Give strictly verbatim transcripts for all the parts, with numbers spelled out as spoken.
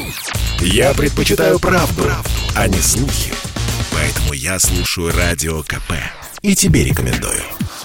Я предпочитаю правду, правду, а не слухи. Поэтому я слушаю Радио КП. И тебе рекомендую.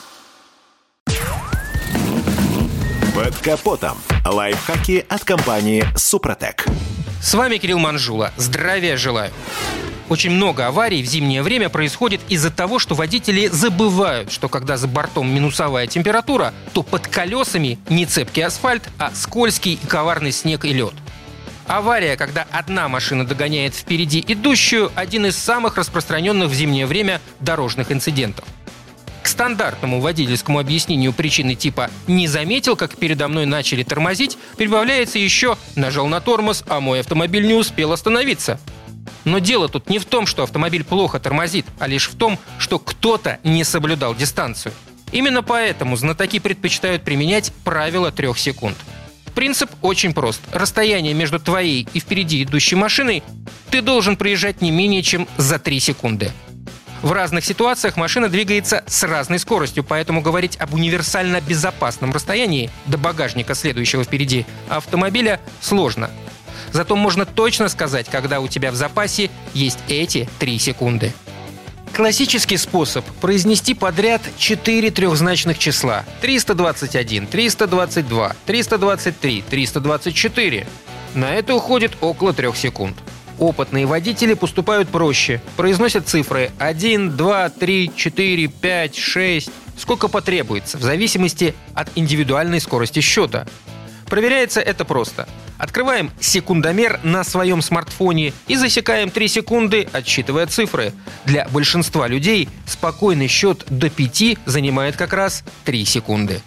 Под капотом. Лайфхаки от компании «Супротек». С вами Кирилл Манжула. Здравия желаю. Очень много аварий в зимнее время происходит из-за того, что водители забывают, что когда за бортом минусовая температура, то под колесами не цепкий асфальт, а скользкий и коварный снег и лед. Авария, когда одна машина догоняет впереди идущую, один из самых распространенных в зимнее время дорожных инцидентов. К стандартному водительскому объяснению причины типа «не заметил, как передо мной начали тормозить» прибавляется еще «нажал на тормоз, а мой автомобиль не успел остановиться». Но дело тут не в том, что автомобиль плохо тормозит, а лишь в том, что кто-то не соблюдал дистанцию. Именно поэтому знатоки предпочитают применять правило трех секунд. Принцип очень прост. Расстояние между твоей и впереди идущей машиной ты должен проезжать не менее чем за три секунды. В разных ситуациях машина двигается с разной скоростью, поэтому говорить об универсально безопасном расстоянии до багажника следующего впереди автомобиля сложно. Зато можно точно сказать, когда у тебя в запасе есть эти три секунды. Классический способ – произнести подряд четыре трехзначных числа: триста двадцать один, триста двадцать два, триста двадцать три, триста двадцать четыре. На это уходит около трех секунд. Опытные водители поступают проще. Произносят цифры один, два, три, четыре, пять, шесть. Сколько потребуется, в зависимости от индивидуальной скорости счета. Проверяется это просто. Открываем секундомер на своем смартфоне и засекаем три секунды, отсчитывая цифры. Для большинства людей спокойный счет до пяти занимает как раз три секунды.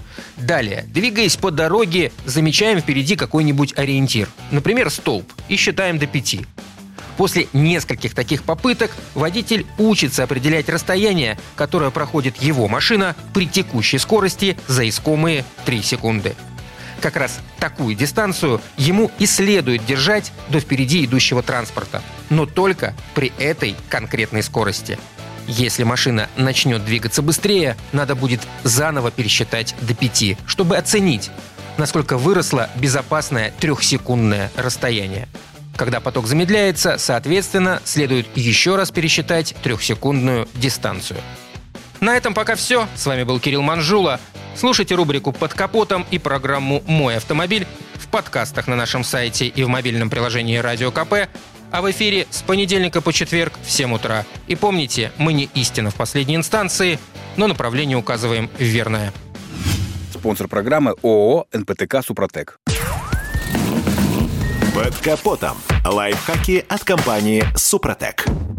Далее, двигаясь по дороге, замечаем впереди какой-нибудь ориентир, например, столб, и считаем до пяти. После нескольких таких попыток водитель учится определять расстояние, которое проходит его машина при текущей скорости за искомые три секунды. Как раз такую дистанцию ему и следует держать до впереди идущего транспорта, но только при этой конкретной скорости. Если машина начнет двигаться быстрее, надо будет заново пересчитать до пяти, чтобы оценить, насколько выросло безопасное трехсекундное расстояние. Когда поток замедляется, соответственно, следует еще раз пересчитать трехсекундную дистанцию. На этом пока все. С вами был Кирилл Манжула. Слушайте рубрику «Под капотом» и программу «Мой автомобиль» в подкастах на нашем сайте и в мобильном приложении Радио КП, а в эфире с понедельника по четверг в семь утра. И помните, мы не истина в последней инстанции, но направление указываем верное. Спонсор программы ООО «эн пэ тэ ка Супротек». Под капотом. Лайфхаки от компании «Супротек».